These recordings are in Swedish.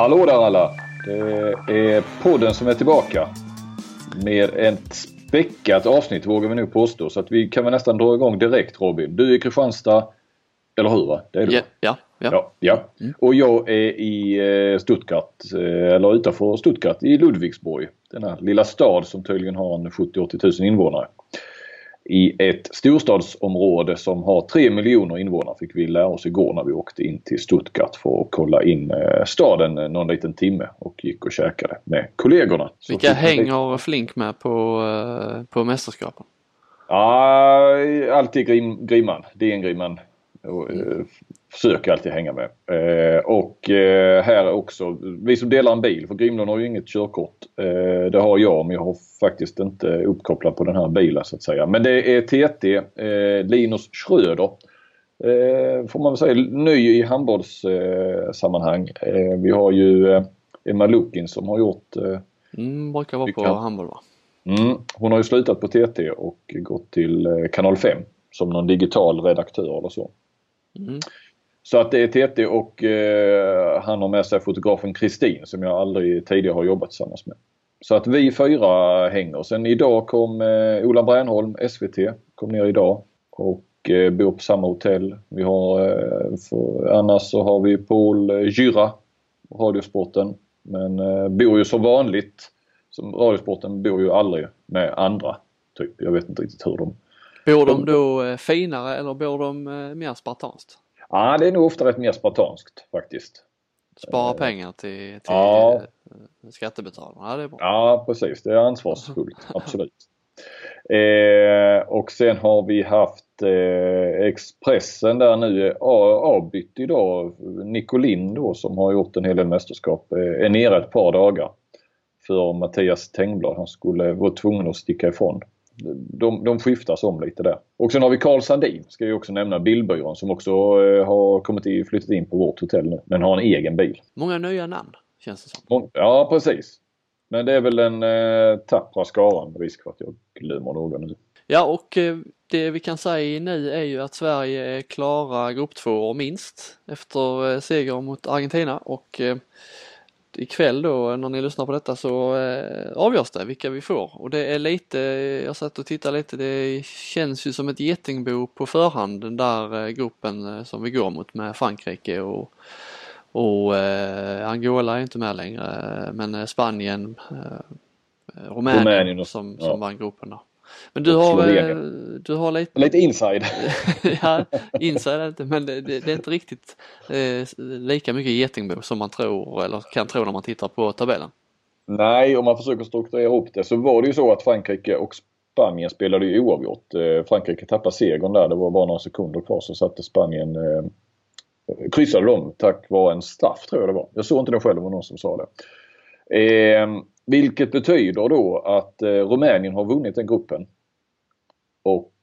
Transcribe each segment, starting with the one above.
Hallå där alla! Det är podden som är tillbaka. Med ett späckat avsnitt vågar vi nu påstå. Så att vi kan väl nästan dra igång direkt, Robin. Du är i Kristianstad, eller hur va? Det är du. Ja. Och jag är i Stuttgart, eller utanför Stuttgart, i Ludwigsburg. Denna lilla stad som tydligen har 70-80 000 invånare. I ett storstadsområde som har 3 miljoner invånare fick vi lära oss igår när vi åkte in till Stuttgart för att kolla in staden någon liten timme och gick och käkade med kollegorna. Vilka hänger Flink med på mästerskapen? Ja, alltid Grimman. Grimman. Försöker alltid hänga med. Och här också, vi som delar en bil, för Grimlund har ju inget körkort. Det har jag, men jag har faktiskt inte uppkopplat på den här bilen så att säga. Men det är TT, Linus Schröder. Får man väl säga, ny i handbollssammanhang. Vi har ju Emma Lukin som har gjort... brukar vara på handboll va? Hon har ju slutat på TT och gått till Kanal 5 som någon digital redaktör eller så. Så att det är TT och han har med sig fotografen Kristin som jag aldrig tidigare har jobbat tillsammans med. Så att vi 4 hänger. Sen idag kom Ola Bränholm, SVT, kom ner idag och bor på samma hotell. Vi har, annars så har vi Paul Gyra, Radiosporten, men bor ju som vanligt. Som Radiosporten bor ju aldrig med andra, typ. Jag vet inte riktigt hur de... Bor de då finare eller bor de mer spartanskt? Ja, det är nog ofta rätt mer spartanskt faktiskt. Spara pengar till skattebetalarna, ja, det är bra. Ja, precis. Det är ansvarsfullt, absolut. Och sen har vi haft Expressen där nu avbytt idag. Nicolin då som har gjort en hel del mästerskap är nere ett par dagar för Mattias Tengblad. Han skulle vara tvungen att sticka ifrån. De skiftas om lite där. Och sen har vi Carl Sandin, ska jag också nämna, bilbyrån som också har flyttat in på vårt hotell nu, men har en egen bil. Många nya namn känns det som. Ja, precis. Men det är väl en tappra skaran, risk för att jag glömmer någon nu. Ja, och det vi kan säga nu är ju att Sverige är klara grupp 2 minst efter seger mot Argentina och ikväll då när ni lyssnar på detta så avgörs det vilka vi får och det är lite, jag satt och tittade lite, det känns ju som ett getingbo på förhand den där gruppen som vi går mot med Frankrike och Angola är inte med längre men Spanien, Rumänien som vann gruppen då. Men du har lite inside. Ja, inside är inte, men det är inte riktigt lika mycket getingbo som man tror eller kan tro när man tittar på tabellen. Nej, om man försöker strukturera upp det så var det ju så att Frankrike och Spanien spelade ju oavgjort. Frankrike tappade segern där, det var bara några sekunder kvar så satte Spanien kryssade dem tack vare en straff tror jag det var. Jag såg inte det själv, det var någon som sa det. Vilket betyder då att Rumänien har vunnit den gruppen. Och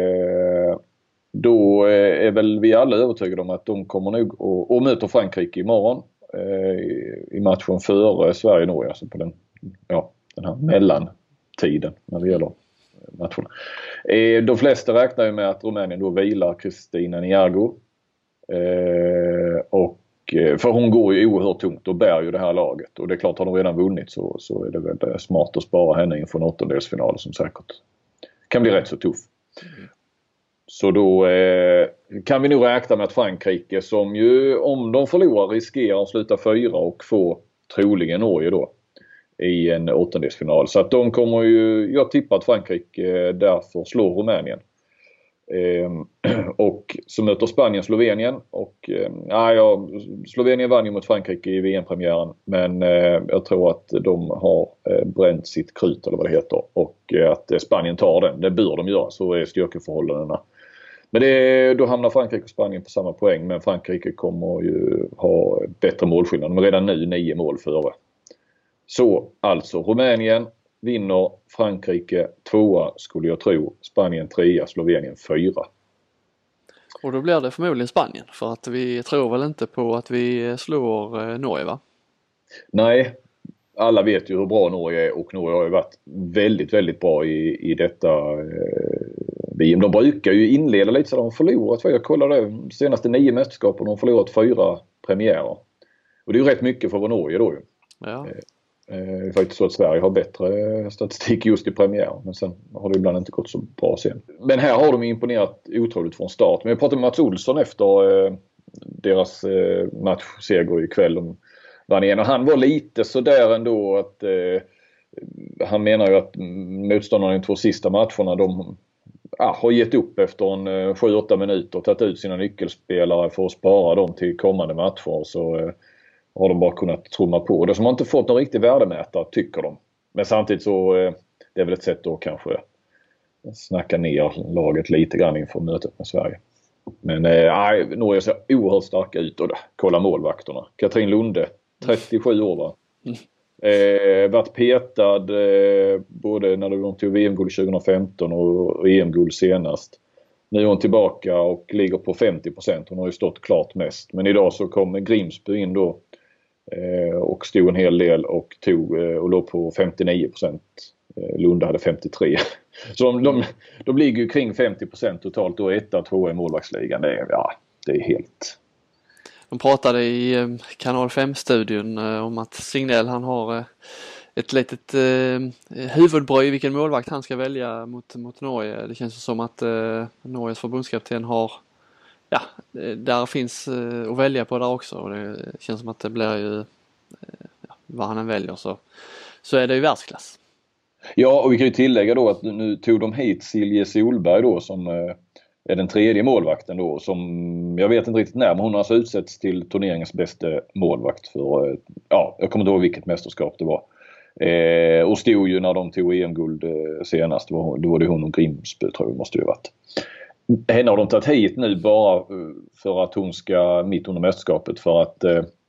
då är väl vi alla övertygade om att de kommer nog och möter Frankrike imorgon i matchen före Sverige-Norge. Alltså på den här mellantiden när det gäller matcherna. De flesta räknar ju med att Rumänien då vilar Kristina Niargo. Och för hon går ju oerhört tungt och bär ju det här laget. Och det är klart, har de redan vunnit så är det väl smart att spara henne inför en åttondelsfinal som säkert kan bli rätt så tuff. Så då kan vi nog räkna med att Frankrike som ju om de förlorar riskerar att sluta 4 och få troligen Norge då i en åttondelsfinal. Så att de kommer ju, jag tippar att Frankrike därför slår Rumänien. Och så möter Spanien Slovenien och Slovenien vann ju mot Frankrike i VM-premiären men jag tror att de har bränt sitt krut eller vad det heter och att Spanien tar den, det bör de göra, så är styrkeförhållandena. Men då hamnar Frankrike och Spanien på samma poäng, men Frankrike kommer ju ha bättre målskillnad, men redan nu 9 mål före. Så alltså Rumänien vinner, Frankrike 2 skulle jag tro, Spanien 3, Slovenien 4. Och då blir det förmodligen Spanien för att vi tror väl inte på att vi slår Norge va? Nej, alla vet ju hur bra Norge är och Norge har ju varit väldigt, väldigt bra i detta VM. De brukar ju inleda lite så de har förlorat, för jag kollade de senaste 9 mästerskapen och de har förlorat 4 premiärer. Och det är ju rätt mycket för vår Norge då ju. Ja. Det är faktiskt så att Sverige har bättre statistik just i premiär. Men sen har det ibland inte gått så bra sen. Men här har de imponerat otroligt från start. Men jag pratade med Mats Olsson efter deras matchseger ikväll. De vann igen. Och han var lite så där ändå att han menar ju att motståndarna i de 2 sista matcherna de har gett upp efter en 7-8 minuter och tagit ut sina nyckelspelare för att spara dem till kommande matcher. Så har de bara kunnat trumma på. De som har inte fått någon riktig värdemätare tycker de. Men samtidigt så det är väl ett sätt då kanske snacka ner laget lite grann inför mötet med Sverige. Men Norge ser oerhört starka ut och kolla målvakterna. Katrin Lunde, 37 år va? Varit petad både när de tog VM-guld 2015 och EM-guld senast. Nu är hon tillbaka och ligger på 50%. Hon har ju stått klart mest. Men idag så kom Grimsby in då och stod en hel del och låg på 59%. Lunda hade 53%. Så de ligger ju kring 50% totalt och 1-2 i målvaktsligan. Det är helt... De pratade i Kanal 5-studion om att Signell han har ett litet huvudbry vilken målvakt han ska välja mot Norge. Det känns som att Norges förbundskapten har där finns att välja på där också. Och det känns som att det blir ju vad han än väljer så är det ju världsklass. Ja, och vi kan ju tillägga då att nu tog de hit Silje Solberg då som är den 3:e målvakten då som jag vet inte riktigt när men hon har alltså utsetts till turneringens bästa målvakt för jag kommer inte ihåg vilket mästerskap det var. Och stod ju när de tog EM-guld senast då var det hon och Grimsby tror jag måste ju varit. Henne har de tagit hit nu bara för att hon ska mitt under mästerskapet för att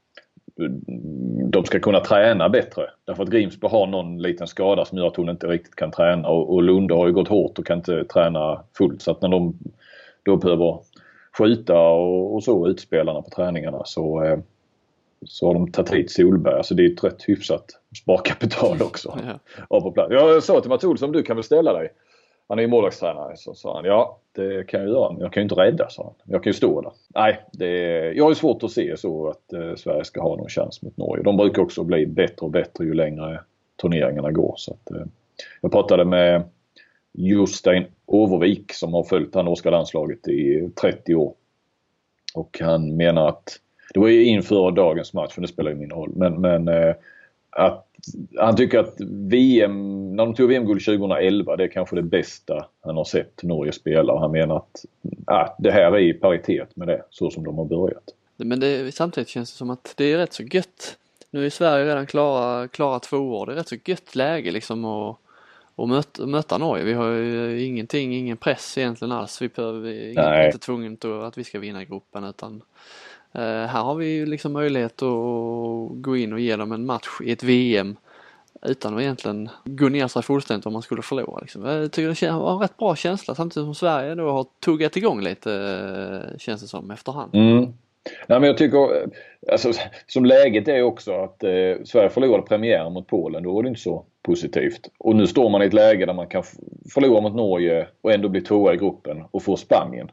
de ska kunna träna bättre. Därför att Grimsby har någon liten skada som gör att hon inte riktigt kan träna och Lunde har ju gått hårt och kan inte träna fullt så att när de då behöver skjuta och så utspelarna på träningarna så har de tagit hit Solberg. Så det är ett rätt hyfsat sparkapital också. Ja. På plats. Jag sa till Mats Olsson, du kan väl ställa dig. Han är ju målvaktstränare så sa han, ja det kan jag göra men jag kan ju inte rädda sa han. Jag kan ju stå där. Nej, jag har ju svårt att se så att Sverige ska ha någon chans mot Norge. De brukar också bli bättre och bättre ju längre turneringarna går. Så att, jag pratade med Jostein Overvik som har följt det norska landslaget i 30 år. Och han menar att, det var ju inför dagens match för det spelar ju min roll, men att han tycker att när de tog VM-guld 2011 det är kanske det bästa han har sett Norge spela och han menar att det här är i paritet med det så som de har börjat. Men samtidigt känns det som att det är rätt så gött. Nu är Sverige redan klara 2 år. Det är rätt så gött läge liksom att möta Norge. Vi har ju ingen press egentligen alls. Vi är inte tvungen att vi ska vinna gruppen utan här har vi ju liksom möjlighet att gå in och ge dem en match i ett VM utan att egentligen gå ner sig fullständigt om man skulle förlora. Liksom. Jag tycker det var en rätt bra känsla samtidigt som Sverige då har tuggat igång lite känns det som efterhand. Nej, men jag tycker alltså, som läget är också att Sverige förlorade premiären mot Polen, då var det inte så positivt. Och nu står man i ett läge där man kan förlora mot Norge och ändå bli 2 i gruppen och få Spanien.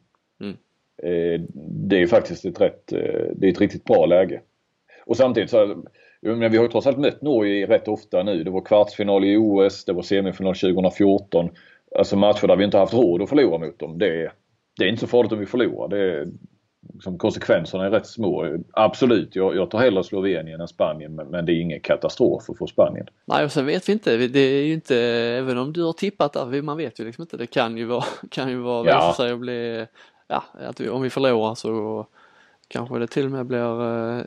Det är faktiskt ett riktigt bra läge. Och samtidigt så men vi har ju trots allt mött Norge rätt ofta nu. Det var kvartsfinal i OS, det var semifinal 2014. Alltså matcher där vi inte haft råd att förlora mot dem. Det är inte så farligt om vi förlorar. Som konsekvenserna är rätt små. Absolut, jag tar hellre Slovenien än Spanien men det är ingen katastrof att få Spanien. Nej, och sen vet vi inte. Det är ju inte, även om du har tippat där, man vet ju liksom inte. Det kan ju vara visa sig att bli om vi förlorar så kanske det till och med blir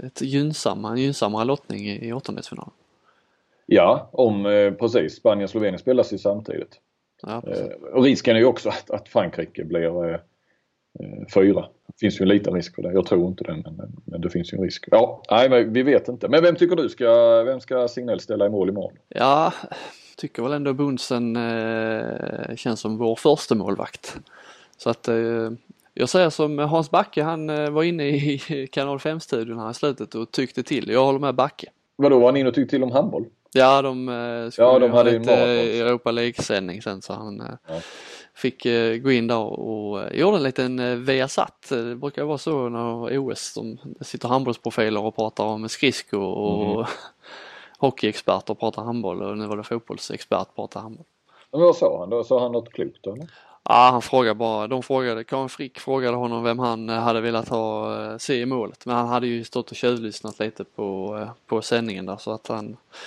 en gynnsammare lottning i åttondelsfinalen. Ja, precis. Spanien och Slovenien spelas ju samtidigt. Ja, och risken är ju också att Frankrike blir 4. Det finns ju en liten risk för det. Jag tror inte det, men det finns ju en risk. Ja, nej, vi vet inte. Men vem tycker du vem ska Signell ställa i mål imorgon? Ja, tycker väl ändå Bunsen känns som vår första målvakt. Så att jag säger som Hans Backe, han var inne i Kanal 5-studion här i slutet och tyckte till. Jag håller med Backe. Vadå, var han inne och tyckte till om handboll? Ja, de skulle ha lite Europa League-sändning sen så han fick gå in där och gjorde en liten Viasat. Det brukar vara så när OS, de sitter handbollsprofiler och pratar om skridsko och hockeyexperter pratar handboll, och nu var det fotbollsexpert pratar handboll. Men vad sa han då? Sa han något klokt eller? Ja, han frågade bara, Karin Frick frågade honom vem han hade velat se i målet, men han hade ju stått och tjuvlyssnat lite på sändningen där, så att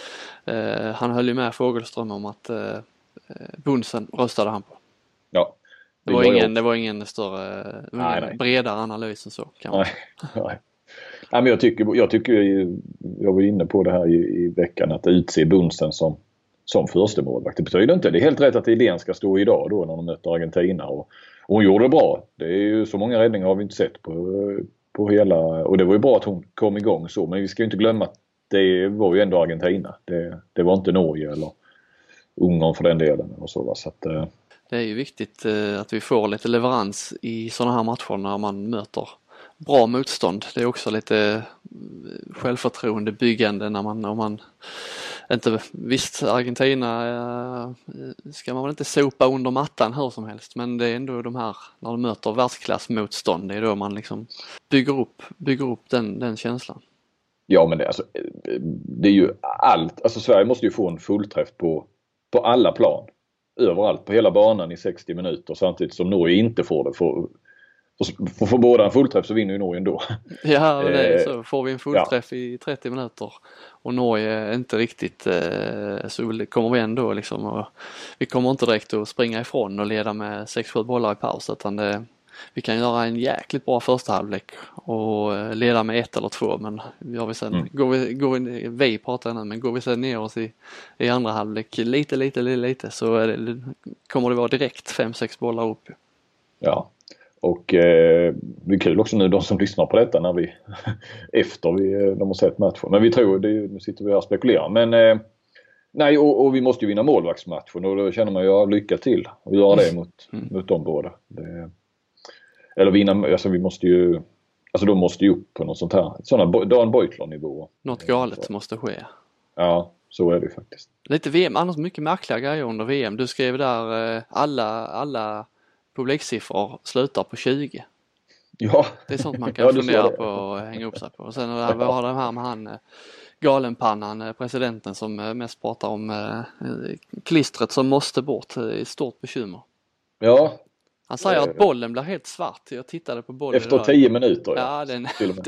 han höll ju med Fågelström om att Bunsen röstade han på. Ja. Det var ingen större, bredare analys än så kan man. Nej, men jag tycker jag var inne på det här i veckan, att utse Bunsen som första målvakt. Det betyder inte, det är helt rätt att Idén ska stå idag då när de möter Argentina, och hon gjorde det bra. Det är ju så många räddningar har vi inte sett på hela, och det var ju bra att hon kom igång så, men vi ska ju inte glömma att det var ju ändå Argentina. Det var inte Norge eller Ungern för den delen och så, så att det är ju viktigt att vi får lite leverans i sådana här matcher när man möter bra motstånd. Det är också lite självförtroende byggande om man inte, visst Argentina ska man väl inte sopa under mattan hur som helst, men det är ändå de här, när de möter världsklassmotstånd, det är då man liksom bygger upp den känslan. Ja, men det är ju allt, alltså Sverige måste ju få en fullträff på alla plan, överallt på hela banan i 60 minuter, samtidigt som Norge inte får det. Får båda en fullträff så vinner ju Norge ändå. Ja, det är så. Får vi en fullträff i 30 minuter och Norge inte riktigt, så kommer vi ändå liksom, och vi kommer inte direkt att springa ifrån och leda med 6-7 bollar i paus, utan vi kan göra en jäkligt bra första halvlek och leda med 1 eller 2, men gör vi sen, vi pratar nu, men går vi sen ner oss i andra halvlek lite så kommer det vara direkt 5-6 bollar upp. Ja. Och det är kul också nu de som lyssnar på detta när vi efter de har sett matchen. Men vi tror, nu sitter vi här och spekulerar. Men nej, och vi måste ju vinna målvaktsmatchen, och då känner man ju lycka till att göra det mot de båda. Eller vinna, alltså vi måste ju, alltså de måste ju upp på något sånt här, sådana Dan Beutler-nivåer. Något galet måste ske. Ja, så är det faktiskt. Lite VM, annars mycket märkliga grejer under VM. Du skrev där alla publiksiffror slutar på 20. Ja. Det är sånt man kan fundera på och hänga upp sig på. Och sen var det här med han galenpannan, presidenten, som mest pratar om klistret som måste bort, i stort bekymmer. Ja. Han säger att bollen blir helt svart. Jag tittade på bollen efter 10 minuter. Ja, den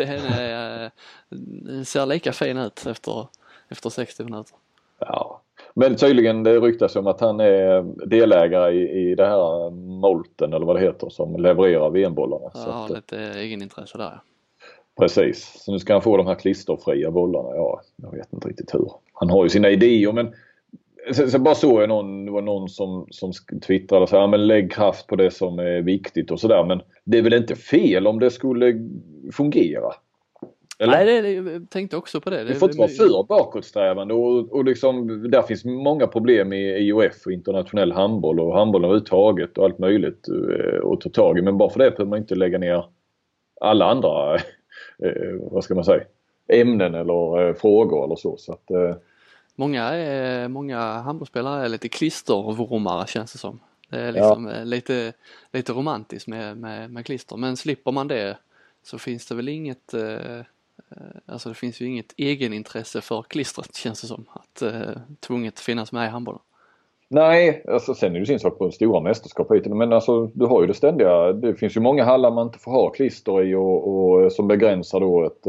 ser lika fin ut efter 60 minuter. Ja. Men tydligen det ryktas om att han är delägare i det här Molten eller vad det heter, som levererar VM-bollarna. Ja, lite egenintresse där. Precis, så nu ska han få de här klisterfria bollarna. Ja, jag vet inte riktigt hur. Han har ju sina idéer, men så bara så är det var någon som twittrade och sa, ja, men lägg kraft på det som är viktigt och sådär. Men det är väl inte fel om det skulle fungera? Eller? Nej, jag tänkte också på det. Det får inte vara för bakåtsträvande, och liksom, där finns många problem i IOF och internationell handboll och handboll överhuvudtaget och allt möjligt att ta tag i. Men bara för det behöver man inte lägga ner alla andra vad ska man säga, ämnen eller frågor eller så att många handbollsspelare är lite klistervormare, känns det som. Det är liksom lite romantiskt med klister, men slipper man det så finns det väl inget alltså det finns ju inget egenintresse för klistret, känns det som, att tvunget finnas med i handbollen. Nej, alltså sen är det sin sak på stora mästerskap, men alltså du har ju det ständiga, det finns ju många hallar man inte får ha klister i och som begränsar då ett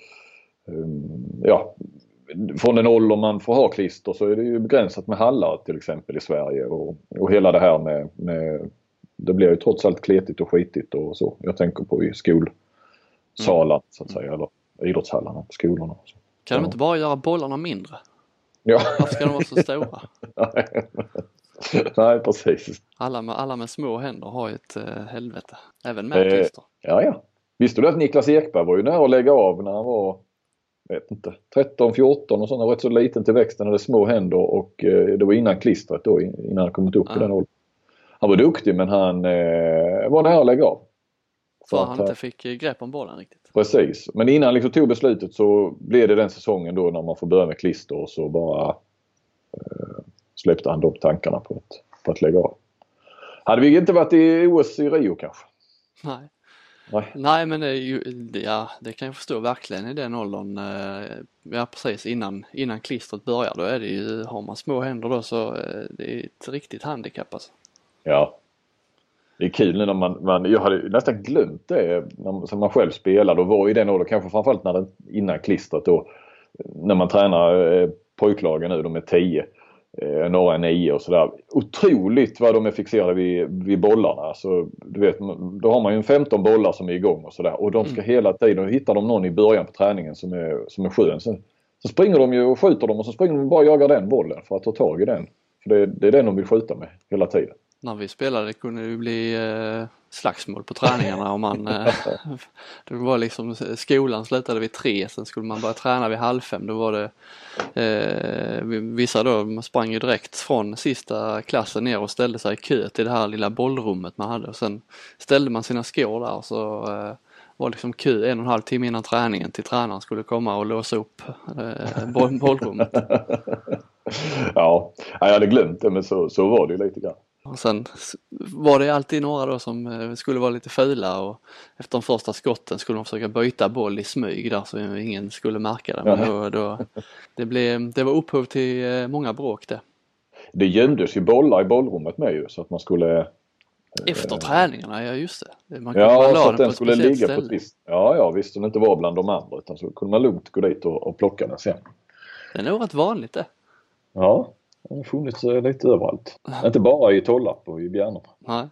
från en ålder man får ha klister, så är det ju begränsat med hallar till exempel i Sverige, och hela det här med det blir ju trots allt kletigt och skitigt och så. Jag tänker på i skolsalar så att säga, eller idrottshallarna på skolorna. Kan de inte bara göra bollarna mindre? Ja. Varför ska de vara så stora? Nej, precis. Alla med små händer har ju ett helvete. Även med klister. Ja. Visste du att Niklas Ekberg var ju nära att lägga av när han var 13-14 och sådana, rätt så liten till växten, hade små händer, och det var innan klistret då, innan han kommit upp i den åldern. Han var duktig, men han var nära att lägga av. För han inte fick grepp om bollen riktigt. Precis, men innan han liksom tog beslutet så blev det den säsongen då när man får börja med klister, och så bara släppte han de tankarna på att lägga av. Hade vi inte varit i OS i Rio kanske? Nej, men det kan jag förstå verkligen i den åldern. Ja, precis innan klistret börjar, då är det ju, har man små händer då så det är ett riktigt handikapp alltså. Ja. Det är kul nu när jag hade nästan glömt det när man själv spelade och var i den åldern, kanske framförallt innan klistret då, när man tränar pojklagen nu, de är 10, några är 9 och sådär. Otroligt vad de är fixerade vid bollarna. Alltså, du vet, då har man ju 15 bollar som är igång och sådär. Och de ska hela tiden, hittar de någon i början på träningen som är skön. Så springer de ju och skjuter dem och så springer de bara och jagar den bollen för att ta tag i den. För det är den de vill skjuta med hela tiden. När vi spelade kunde det ju bli slagsmål på träningarna om man det var liksom, skolan slutade vid 3, sen skulle man börja träna vid 4:30. Då var det vissa då, man sprang ju direkt från sista klassen ner och ställde sig i kö till det här lilla bollrummet man hade, och sen ställde man sina skor där och så var liksom kö 1,5 timme innan träningen till tränaren skulle komma och låsa upp bollrummet. Ja, jag hade glömt det, men så var det ju lite grann. Och sen var det alltid några då som skulle vara lite fula, och efter de första skotten skulle de försöka byta boll i smyg där så ingen skulle märka det. Men det var upphov till många bråk det. Det gömdes ju bollar i bollrummet med ju, så att man skulle... Efter träningarna, ja just det. Man så att den skulle ligga på ett visst... Ja, visst, den inte var bland de andra, utan så kunde man lugnt gå dit och plocka den sen. Det är nog rätt vanligt det. Ja. Det har funnits lite överallt. Inte bara i Tollarp och i Bjärnum. Nej.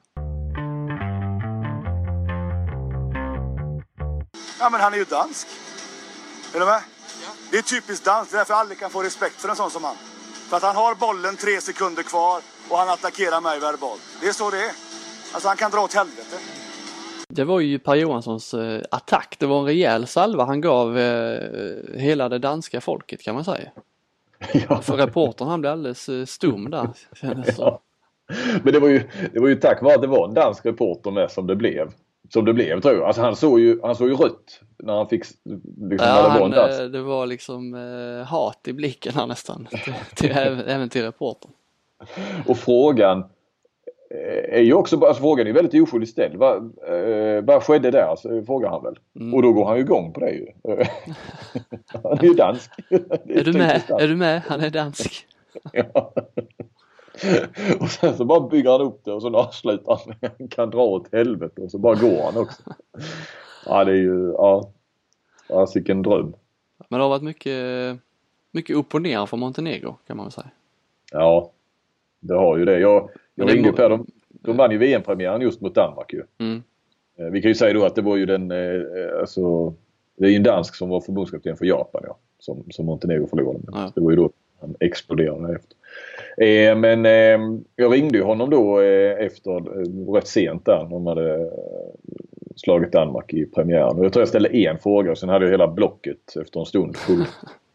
Ja, men han är ju dansk. Är du med? Ja. Det är typiskt dansk. Det är därför alla kan få respekt för en sån som han. För att han har bollen 3 sekunder kvar och han attackerar mig verbalt. Det är så det är. Alltså han kan dra åt helvete. Det var ju Per Johanssons attack. Det var en rejäl salva han gav hela det danska folket, kan man säga. Ja. För reportern, han blev alldeles stum där. Ja. Men det var ju tack vare att det var en dansk reporter med som det blev tror jag. Alltså han såg ju rött när han fick liksom, ja, det var liksom hat i blicken här nästan även till reportern. Och frågan är ju också, alltså frågan är väldigt oskyldigt ställd. Vad skedde där? Alltså, frågar han väl. Och då går han ju igång på det ju. Han är ju dansk. Är du med? Han är dansk. Ja. Och sen så bara bygger han upp det och så avslutar han kan dra åt helvete och så bara går han också. Ja, det är ju vilken dröm. Men det har varit mycket upp och ner för Montenegro, kan man väl säga. Ja, det har ju det. Jag ringde Per, de vann ju VM-premiären just mot Danmark ju. Vi kan ju säga då att det var ju det är ju en dansk som var förbundskapten för Japan, ja, som Montenegro förlorade med. Ja. Det var ju då han exploderade efter. Men jag ringde ju honom då efter rätt sent där när de hade slagit Danmark i premiären. Och jag tror jag ställde en fråga och sen hade jag hela blocket efter en stund full.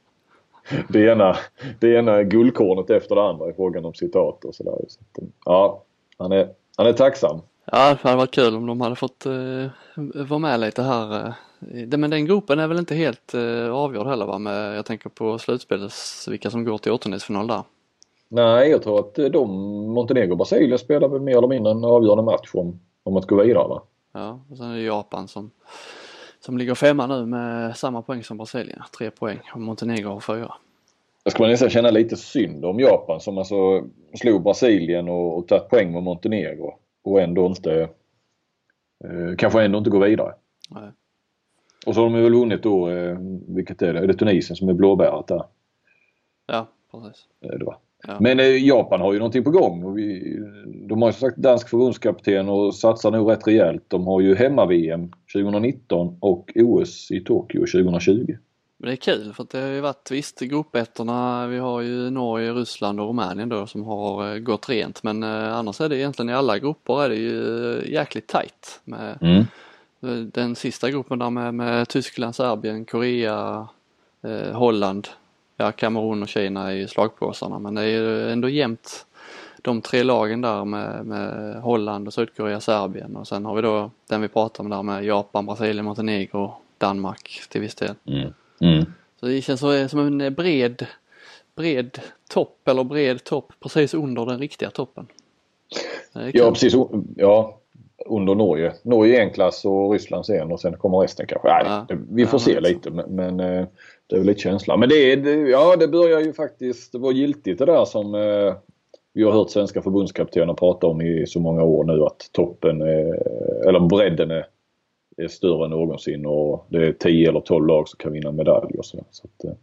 Det ena guldkornet efter det andra i frågan om citat och sådär. Så att, ja, han är tacksam. Ja, det hade varit kul om de hade fått vara med lite här. Men den gruppen är väl inte helt avgjord heller, va? Jag tänker på slutspelet, vilka som går till åttondelsfinal där. Nej, jag tror att Montenegro och Brasilien spelar väl mer eller mindre en avgörande match om att gå vidare, va? Ja, och sen är det Japan som ligger 5 nu med samma poäng som Brasilien, 3 poäng, och Montenegro har 4. Jag ska man nästan känna lite synd om Japan som alltså slog Brasilien och tagit poäng med Montenegro och ändå inte kanske ändå inte gå vidare. Nej. Och så har de väl vunnit då, vilket är det? Är det Tunisien som är blåbäret där? Ja, precis. Det var. Ja. Men Japan har ju någonting på gång. Och de har ju sagt dansk förbundskapten och satsar nog rätt rejält. De har ju hemma-VM 2019 och OS i Tokyo 2020. Men det är kul för att det har ju varit visst gruppettorna. Vi har ju Norge, Ryssland och Rumänien då som har gått rent. Men annars är det egentligen i alla grupper är det ju jäkligt tajt med den sista gruppen där med Tyskland, Serbien, Korea, Holland. Ja, Kamerun och Kina är ju slagpåsarna, men det är ju ändå jämnt de 3 lagen där med Holland och Sydkorea, Serbien, och sen har vi då den vi pratar om där med Japan, Brasilien, Montenegro, Danmark till viss del. Så det känns som en bred topp eller bred topp precis under den riktiga toppen. Ja, precis. Ja, under Norge. Norge är en klass och Rysslands en och sen kommer resten kanske. Nej, vi får se lite, men det är väl lite känsla. Men det börjar ju faktiskt vara giltigt det där som vi har hört svenska förbundskaptener prata om i så många år nu, att toppen eller bredden är större än någonsin och det är 10 eller 12 lag som kan vinna medalj och så att,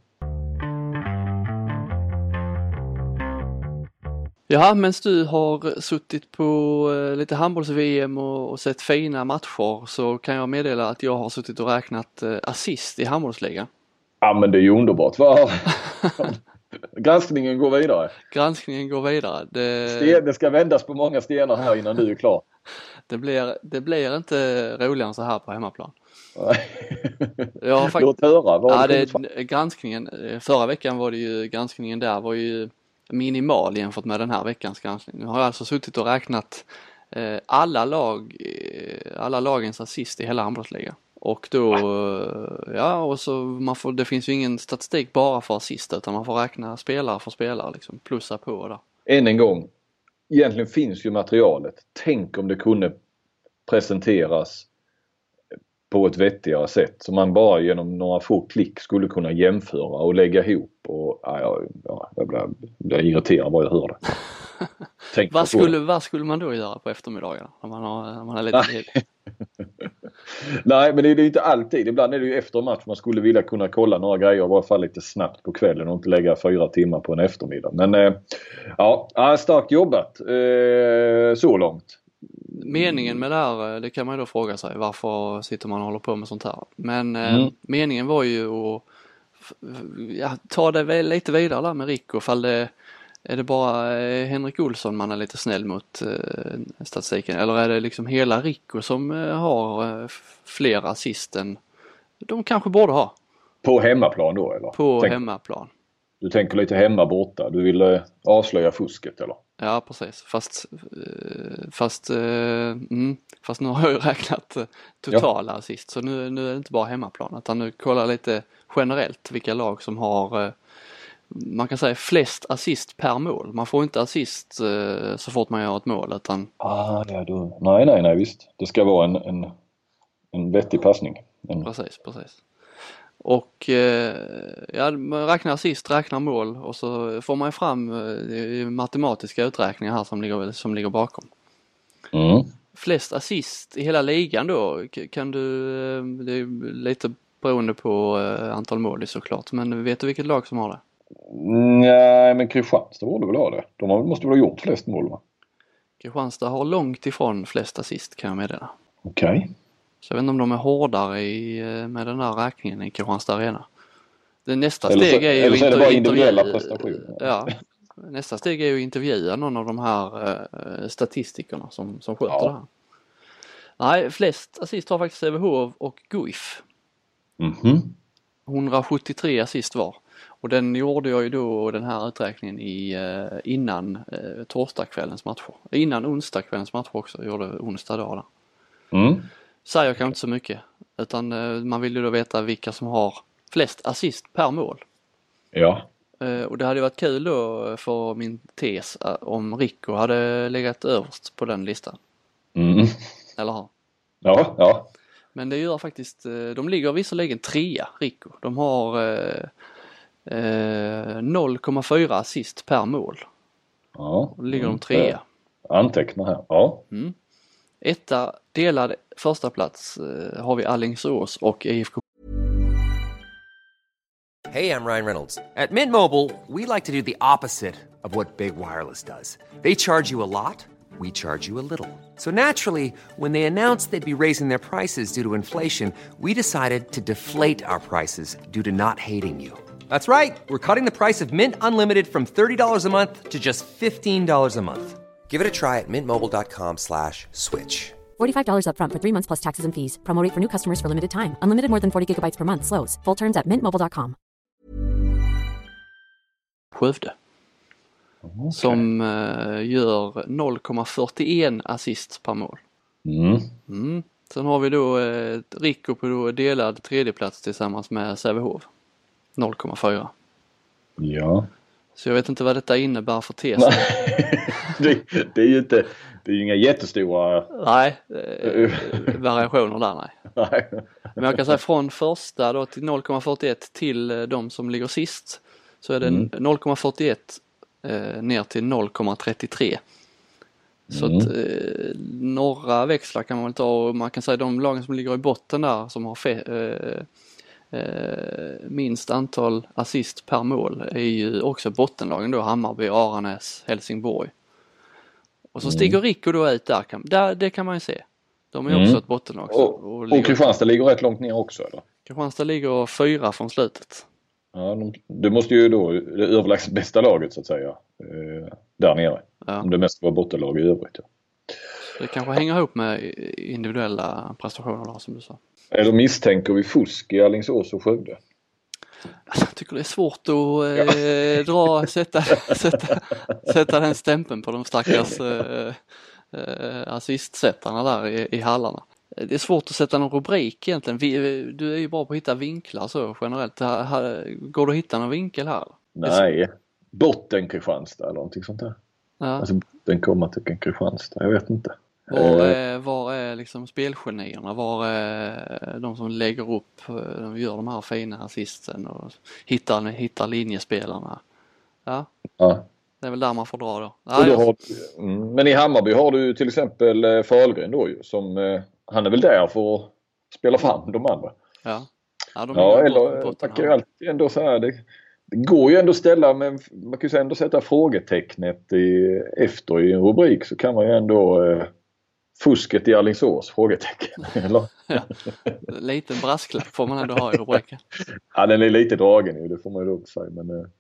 Ja, men du har suttit på lite handbolls-VM och sett fina matcher, så kan jag meddela att jag har suttit och räknat assist i handbollsligan. Ja, men det är ju underbart. Granskningen går vidare. Granskningen går vidare. Det ska vändas på många stenar här innan du är klar. Det blir inte roligare så här på hemmaplan. Låt höra. Granskningen, förra veckan var det ju, granskningen där var ju minimal jämfört med den här veckans granskning. Nu har jag alltså suttit och räknat alla lagens assist i hela handbollsligan. Och då, och så det finns ju ingen statistik bara för assist, utan man får räkna spelare för spelare liksom, plussa på där. Än en gång, egentligen finns ju materialet. Tänk om det kunde presenteras på ett vettigare sätt, så man bara genom några få klick skulle kunna jämföra och lägga ihop. Och jag blir irriterad bara jag hör det. Vad skulle man då göra på eftermiddagen om man har lite tid? Nej, men det är ju inte alltid. Ibland är det ju efter match man skulle vilja kunna kolla några grejer i alla fall lite snabbt på kvällen och inte lägga 4 timmar på en eftermiddag. Men starkt jobbat så långt. Meningen med det här, det kan man ju då fråga sig, varför sitter man och håller på med sånt här? Men meningen var ju att ta det väl lite vidare där med Rico, är det bara Henrik Olsson man är lite snäll mot statistiken, eller är det liksom hela Rico som har fler assist än de kanske borde ha? På hemmaplan då eller? Hemmaplan. Du tänker lite hemma borta, du vill avslöja fusket eller? Ja, precis. Fast nu har jag ju räknat totala assist, så nu är det inte bara hemmaplan, utan nu kollar lite generellt vilka lag som har man kan säga flest assist per mål. Man får inte assist så fort man gör ett mål, utan nej visst. Det ska vara en vettig passning. Precis. Och man räknar assist, räknar mål, och så får man fram matematiska uträkningar här som ligger bakom. Flest assist i hela ligan då kan du, det är lite beroende på antal mål såklart, men vet du vilket lag som har det? Nej, men Kristianstad borde väl ha det. De måste väl ha gjort flest mål, va? Kristianstad har långt ifrån flest assist, kan jag meddela. Okej. Så jag vet inte om de är hårdare med den här räkningen i Kristianstad Arena. Nästa steg är ju eller så är det bara individuella prestationer. Ja, nästa steg är ju att intervjua någon av de här statistikerna som sköter det här. Nej, flest assist har faktiskt Sävehof och Guif. 173 assist var. Och den gjorde jag ju då, den här uträkningen innan torsdagskvällens matcher. Innan onsdagskvällens matcher också, jag gjorde onsdag dag där. Säger jag kanske inte så mycket, utan man vill ju då veta vilka som har flest assist per mål. Ja. Och det hade varit kul då för min tes om Rico hade legat överst på den listan. Eller hur? Ja. Men det gör faktiskt, de ligger visserligen 3, Rico. De har 0,4 assist per mål. Ja. Då ligger de 3. Anteckna här, ja. Etta delad första plats har vi Alingsås och IFK. Hey, I'm Ryan Reynolds. At Mint Mobile, we like to do the opposite of what Big Wireless does. They charge you a lot, we charge you a little. So naturally, when they announced they'd be raising their prices due to inflation, we decided to deflate our prices due to not hating you. That's right. We're cutting the price of Mint Unlimited from $30 a month to just $15 a month. Give it a try at mintmobile.com/switch. $45 up front for 3 months plus taxes and fees. Promo rate for new customers for limited time. Unlimited more than 40 gigabytes per month slows. Full terms at mintmobile.com. Skövde. Som gör 0,41 assist per mål. Sen har vi då Rico på då delad tredjeplats tillsammans med Sävehof. 0,4. Ja. Så jag vet inte vad detta innebär för tesen. Det är ju inte, det är ju inga jättestora... Nej, variationer där nej. Nej. Men jag kan säga från första då till 0,41 till de som ligger sist så är det 0,41 ner till 0,33. Så att några växlar kan man väl ta och man kan säga de lagen som ligger i botten där som har minst antal assist per mål är ju också bottenlagen då, Hammarby, Aranäs, Helsingborg. Och så stiger Rico då ut där, det kan man ju se. De är också ett bottenlag. Och Kristianstad ligger rätt långt ner också eller? Kristianstad ligger 4 från slutet. Ja, det måste ju då det överlägset bästa laget så att säga där nere. Ja. Om det mest var bottenlag i övrigt. Ja. Det kanske hänger ihop med individuella prestationer då, som du sa. Eller misstänker vi fusk i Alingsås och Skövde? Jag tycker det är svårt att sätta den stämpeln på de stackars assistsättarna där i hallarna. Det är svårt att sätta någon rubrik egentligen. Du är ju bra på att hitta vinklar så generellt. Går du att hitta någon vinkel här? Nej, botten Kristianstad eller någonting sånt där. Ja. Alltså botten kommer till Kristianstad, jag vet inte. Var är liksom spelgenierna? Var är de som lägger upp, de gör de här fina assisten och hittar linjespelarna? Ja. Det är väl där man får dra då. Men i Hammarby har du till exempel Fahlgren då ju, som han är väl där för att spela fram de andra. Ja, eller man kan ju alltid ändå så här, det går ju ändå ställa, men man kan ju ändå sätta frågetecknet efter i en rubrik så kan man ju ändå fusket i Alingsås, frågetecken. Eller? Ja, lite brasklapp får man ändå ha i rubriken. Ja, den är lite dragen ju, det får man ju då säga,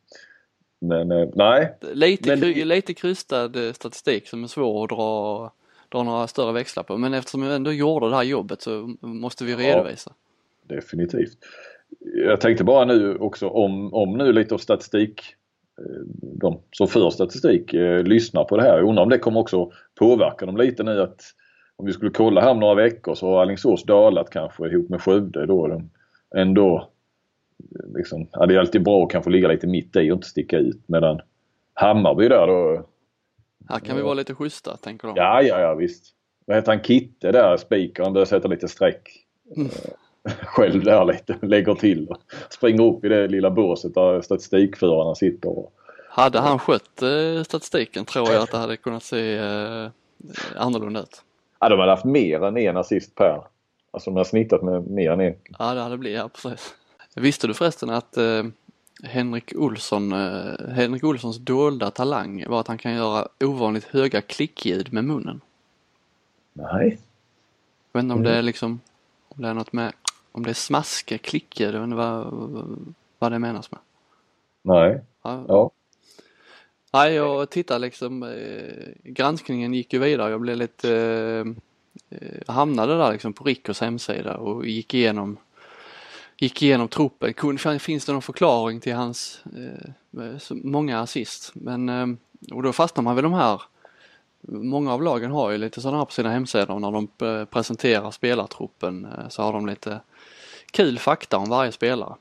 men nej. Lite krystad statistik som är svår att dra några större växlar på, men eftersom vi ändå gjorde det här jobbet så måste vi redovisa. Ja, definitivt. Jag tänkte bara nu också om nu lite av statistik, de som för statistik lyssnar på det här. Jag undrar om det kommer också påverka dem lite nu, att om vi skulle kolla här om några veckor så har Alingsås dalat kanske ihop med Skövde då. De ändå liksom, ja, det är alltid bra att kanske ligga lite mitt i och inte sticka ut, medan Hammarby där då. Här kan vi vara lite schyssta, tänker de. Ja visst. Vad heter han, Kitte där, spikaren, börjar sätta lite streck. Själv där lite, lägger till och springer upp i det lilla båset där statistikförarna sitter. Hade han skött statistiken tror jag att det hade kunnat se annorlunda ut. Ja, de hade haft mer än en assist per. Alltså de har snittat med mer än en. Ja, det hade blivit, ja precis. Visste du förresten att Henrik Olssons dolda talang var att han kan göra ovanligt höga klickljud med munnen? Nej. Jag vet inte om det är liksom, om det är något med, om det är smaska, klickljud, jag vet inte vad det menas med. Nej. Ja. Nej, jag tittar liksom, granskningen gick ju vidare, jag blev lite, jag hamnade där liksom på Rickos hemsida och gick igenom truppen. Finns det någon förklaring till hans många assist? Men, och då fastnar man väl de här, många av lagen har ju lite sådana här på sina hemsidor när de presenterar spelartruppen, så har de lite kul fakta om varje spelare.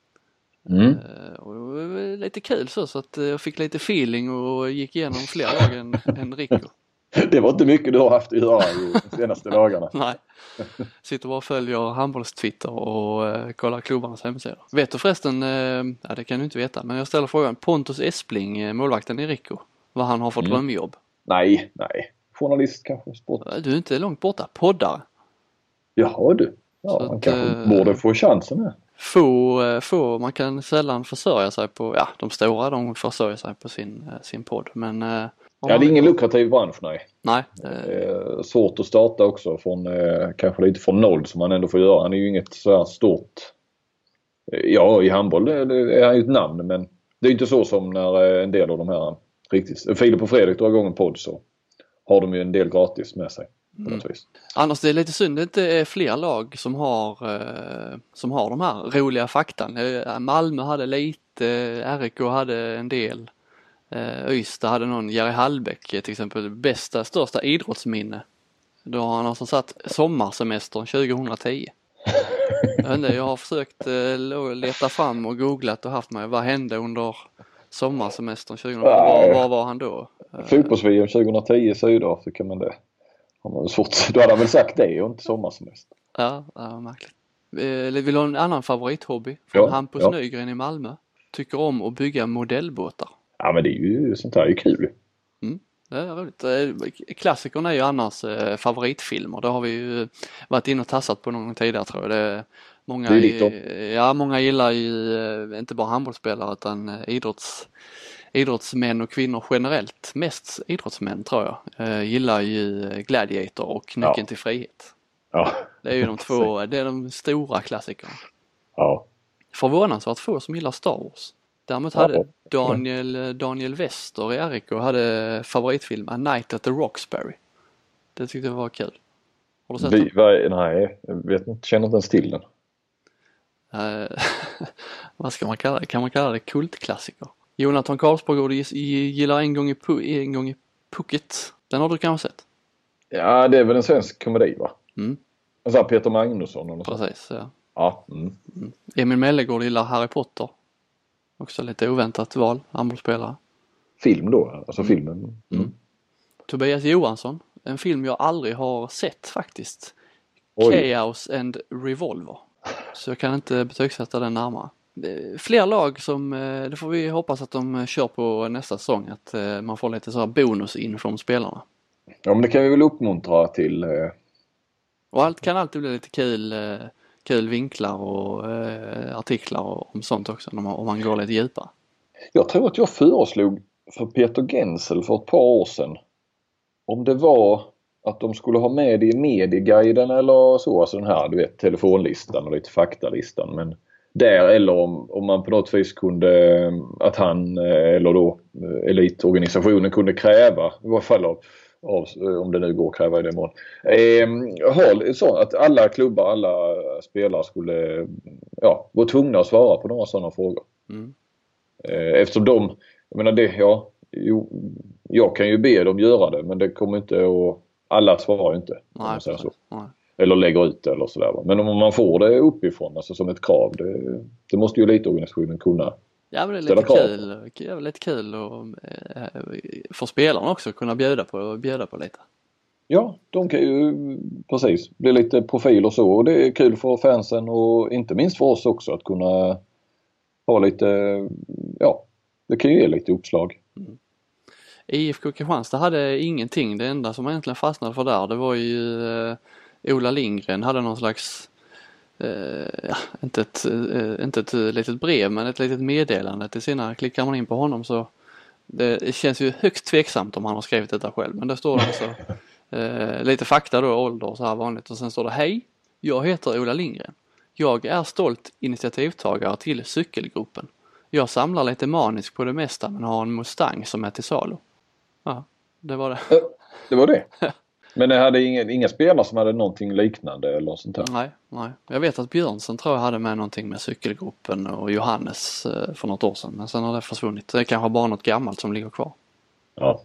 Och det var lite kul så att jag fick lite feeling och gick igenom fler lag än Rico. Det var inte mycket du har haft att göra de senaste dagarna. Nej, sitter bara och följer handbollstwitter och kollar klubbarnas hemsidor. Vet du förresten, ja det kan du inte veta, men jag ställer frågan, Pontus Espling, målvakten i Rico, vad han har för drömjobb? Nej, journalist kanske, sport. Du är inte långt borta, poddare. Jaha du, ja, man kanske borde få chansen här. Man kan sällan försörja sig på, ja de stora de försörjer sig på sin podd, men det är ingen lukrativ bransch, nej. Nej. Svårt att starta också från, kanske lite från noll som man ändå får göra. Han är ju inget så här stort, ja i handboll är han ju ett namn, men det är inte så som när en del av de här riktigt, Filip och Fredrik drar igång en podd så har de ju en del gratis med sig. Annars det är lite synd, det inte är fler lag som har de här roliga faktan. Malmö hade lite, RIK hade en del, Ystad hade någon, Jerry Hallbäck till exempel, största idrottsminne. Då har han alltså satt sommarsemestern 2010. Jag har försökt leta fram och googlat och haft mig, vad hände under sommarsemestern 2010? Var var han då? Fotbolls-VM 2010 i Sydafrika, men det har man väl svårt. Då hade han väl sagt det och inte sommarsemester. Ja, märkligt. Vill du ha en annan favorithobby? Från Hampus Nygren i Malmö. Tycker om att bygga modellbåtar. Ja, men det är ju sånt här är ju kul. Det är roligt. Klassikern är ju annars favoritfilmer. Det har vi ju varit inne och tassat på någon gång tidigare, tror jag. Det är många gillar ju inte bara handbollsspelare utan idrottsmän och kvinnor generellt. Mest idrottsmän, tror jag. Gillar ju Gladiator och Nyckeln till frihet. Ja. Det är ju det är de stora klassikerna. Ja. Förvånansvärt få som gillar Star Wars. Däremot hade Daniel Wester i RIK hade favoritfilm A Night at the Roxbury. Det tyckte jag var kul. Har du sett den? Nej, jag vet inte, känner inte ens till den. Vad ska man kalla det? Kan man kalla det kultklassiker? Jonathan Karlsborg gillar en gång i Phuket. Den har du kanske sett? Ja, det är väl en svensk komedi, va? Alltså Peter Magnusson eller så. Precis, ja. Ja. Emil Mellegård gillar Harry Potter. Också lite oväntat val, handbollsspelare. Film då, alltså filmen. Tobias Johansson, en film jag aldrig har sett faktiskt. Chaos and Revolver. Så jag kan inte betygsätta den närmare. Fler lag som, det får vi hoppas att de kör på nästa säsong, att man får lite så här bonus in från spelarna. Ja, men det kan vi väl uppmuntra till. Och allt kan alltid bli lite kul vinklar och artiklar om sånt också om man går lite djupare. Jag tror att jag föreslog för Peter Gensel för ett par år sedan, om det var att de skulle ha med det i medieguiden eller så, alltså den här, du vet, telefonlistan och lite faktalistan, men där, eller om man på något vis kunde, att han eller då elitorganisationen kunde kräva, i varje fall om det nu går att kräva i den mån, så att alla klubbar, alla spelare skulle vara tvungna att svara på några sådana frågor. Eftersom jag menar det, jag kan ju be dem göra det, men det kommer inte att, alla svarar ju inte. Nej, så. Nej. Eller lägger ut det eller sådär. Men om man får det uppifrån, alltså som ett krav, det måste ju elitorganisationen kunna. Ja, men det är lite kul och för spelarna också kunna bjuda på lite. Ja, de kan ju precis bli lite profil och så, och det är kul för fansen och inte minst för oss också att kunna ha lite, det kan ju ge lite uppslag. IFK Kristianstad hade ingenting, det enda som egentligen fastnade för där, det var ju Ola Lindgren hade någon slags inte ett litet brev, men ett litet meddelande till sina. Klickar man in på honom så det känns ju högst tveksamt om han har skrivit detta själv, men det står alltså lite fakta då, ålder och så här vanligt, och sen står det: hej, jag heter Ola Lindgren. Jag är stolt initiativtagare till cykelgruppen. Jag samlar lite maniskt på det mesta, men har en Mustang som är till salu. Ja, det var det. Det var det. Men det hade inga spelare som hade någonting liknande eller sånt där? Nej. Jag vet att Björnsson tror jag hade med någonting med cykelgruppen och Johannes för något år sedan. Men sen har det försvunnit. Det är kanske bara något gammalt som ligger kvar. Ja.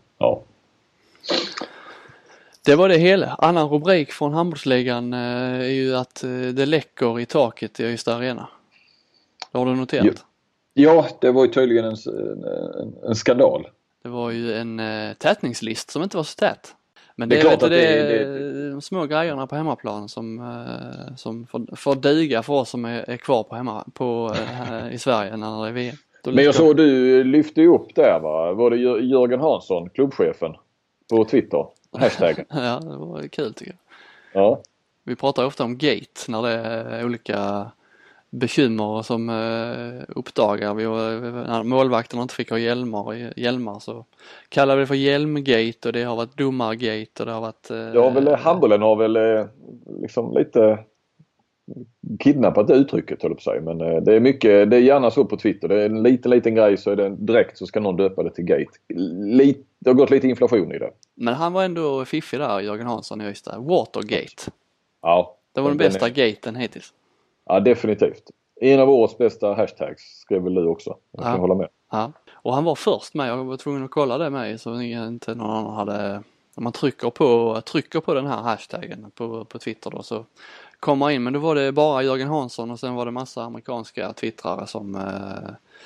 Det var det hela. Annan rubrik från handbollsligan är ju att det läcker i taket i Ystad Arena. Har du noterat? Ja, det var ju tydligen en skandal. Det var ju en tätningslist som inte var så tät. Men det är klart att det är de små grejerna på hemmaplan som får diga för oss som är kvar i Sverige när det är VM. Men jag såg du lyfte upp där, va? Var det Jörgen Hansson, klubbchefen, på Twitter? Hashtaggen. Ja, det var kul tycker jag. Ja. Vi pratar ofta om gate när det är olika bekymmer som uppdagar vi, när målvakterna inte fick ha hjälmar så kallar vi det för hjälmgate, och det har varit domargate och det har varit handbollen har väl liksom lite kidnappat det uttrycket, höll jag på sig, men det är mycket, det är gärna så på Twitter, det är en liten grej så är det direkt så ska någon döpa det till gate. Det har gått lite inflation i det. Men han var ändå fiffig där, Jörgen Hansson i Ystad. Watergate. Ja. Det var den bästa gaten hittills. Ja, definitivt. En av årets bästa hashtags skrev väl du också. Jag kan hålla med. Ja. Och han var först med. Jag var tvungen att kolla det med så inte någon annan hade. Om man trycker på den här hashtaggen på Twitter då, så kommer in. Men då var det bara Jörgen Hansson och sen var det massa amerikanska twittrare som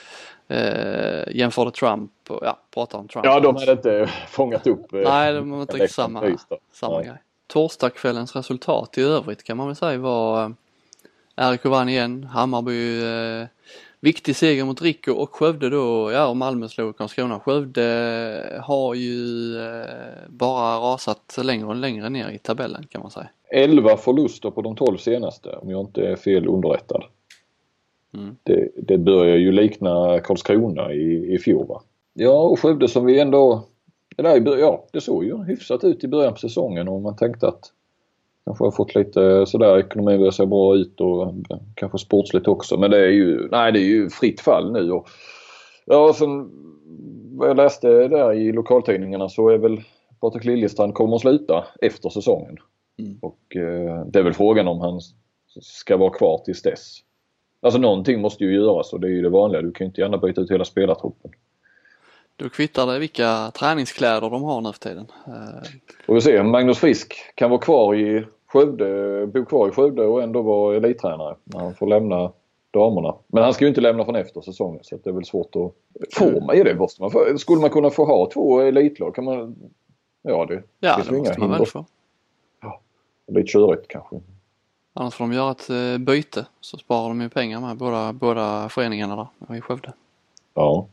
jämförde Trump och pratar om Trump. Ja, de hade inte fångat upp. Nej, de var inte riktigt samma grej. Torsdagskvällens resultat i övrigt kan man väl säga var RIK vann igen, Hammarby viktig seger mot Rico och Skövde då, och Malmö slog Karlskrona. Skövde har ju bara rasat längre och längre ner i tabellen kan man säga. 11 förluster på de 12 senaste om jag inte är fel underrättad. Det börjar ju likna Karlskrona i fjol, va? Ja, och Skövde som vi ändå... det såg ju hyfsat ut i början på säsongen och man tänkte att kanske har fått lite sådär, ekonomin börjar se bra ut och kanske sportsligt också. Men det är ju fritt fall nu. Och, sen vad jag läste där i lokaltidningarna så är väl Patrik Liljestrand kommer att sluta efter säsongen. Och det är väl frågan om han ska vara kvar tills dess. Alltså någonting måste ju göras och det är ju det vanliga. Du kan ju inte gärna byta ut hela spelartruppen. Då kvittar det vilka träningskläder de har nu för tiden. Och vi ser, Magnus Frisk kan vara kvar i Skövde, bo kvar i Skövde och ändå vara elittränare när han får lämna damerna. Men han ska ju inte lämna från efter säsongen så det är väl svårt att forma i det. Skulle man kunna få ha 2 elitlag? Kan man... det måste man väl få. Ja, lite körigt kanske. Annars får de göra ett byte så sparar de ju pengar med båda föreningarna där i Skövde. Ja.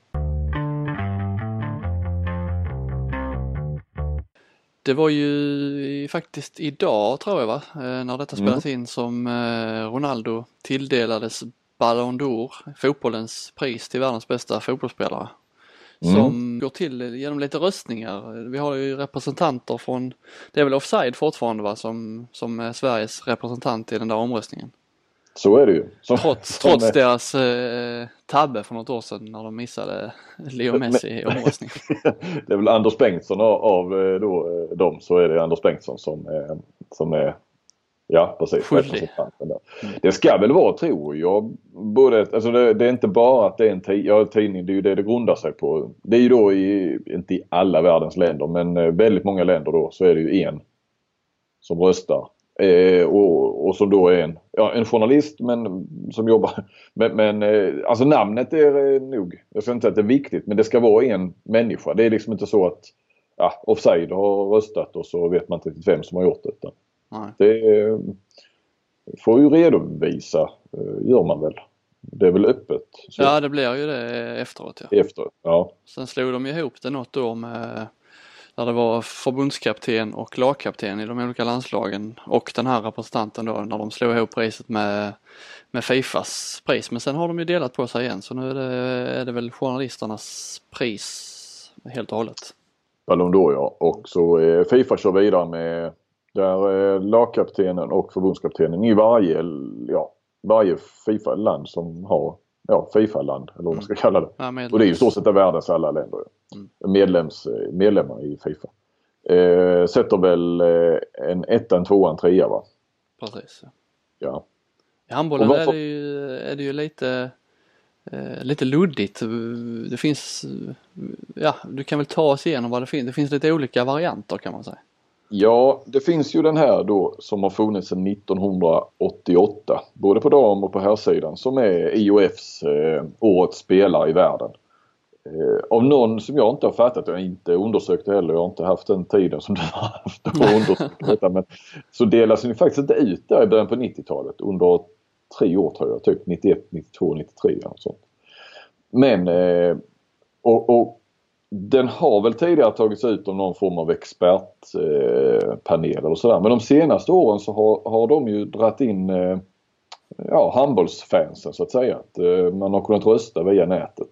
Det var ju faktiskt idag tror jag när detta spelas in som Ronaldo tilldelades Ballon d'Or, fotbollens pris till världens bästa fotbollsspelare. Som går till genom lite röstningar. Vi har ju representanter från, det är väl Offside fortfarande va, som är Sveriges representant i den där omröstningen. Så är det ju. Trots deras tabbe för något år sedan när de missade Leo Messi i omröstningen. Det är väl Anders Bengtsson av dem så är det Anders Bengtsson som är precis representanten där. Det ska väl vara, tror jag, det är inte bara att det är en tidning, det är ju det grundar sig på. Det är ju då inte i alla världens länder men väldigt många länder då så är det ju en som röstar. Och som då är en journalist men som jobbar men alltså namnet är nog, jag ska inte säga att det är viktigt men det ska vara en människa. Det är liksom inte så att Offside har röstat och så vet man inte riktigt vem som har gjort det. Det får ju redovisa, gör man väl. Det är väl öppet. Så. Ja, det blir ju det efteråt. Sen slog de ihop det något då med där det var förbundskapten och lagkapten i de olika landslagen och den här representanten då när de slog ihop priset med Fifas pris. Men sen har de ju delat på sig igen så nu är det väl journalisternas pris helt och hållet. Ballon d'Or, ja. Och så Fifa kör vidare med där lagkaptenen och förbundskaptenen i varje FIFA-land som har FIFA-land eller vad man ska kalla det. Och det är ju så sett världens alla länder. Medlemmar i FIFA. Sätter väl en 1, 2, 3 va? Precis. Ja. I handbollen är det ju lite luddigt. Det finns du kan väl ta oss igenom vad det finns. Det finns lite olika varianter kan man säga. Ja, det finns ju den här då som har funnits sedan 1988 både på dam- och på herrsidan som är IOFs årets spelare i världen. Av någon som jag inte har fattat, jag har inte undersökt det heller, jag har inte haft den tiden som du har haft att undersöka detta, men så delas den faktiskt inte ut där i början på 90-talet under 3 år tror jag, typ 91, 92, 93 och sånt. Men och den har väl tidigare tagits ut av någon form av expertpanel och sådär. Men de senaste åren så har de ju dratt in handbollsfansen så att säga. Att man har kunnat rösta via nätet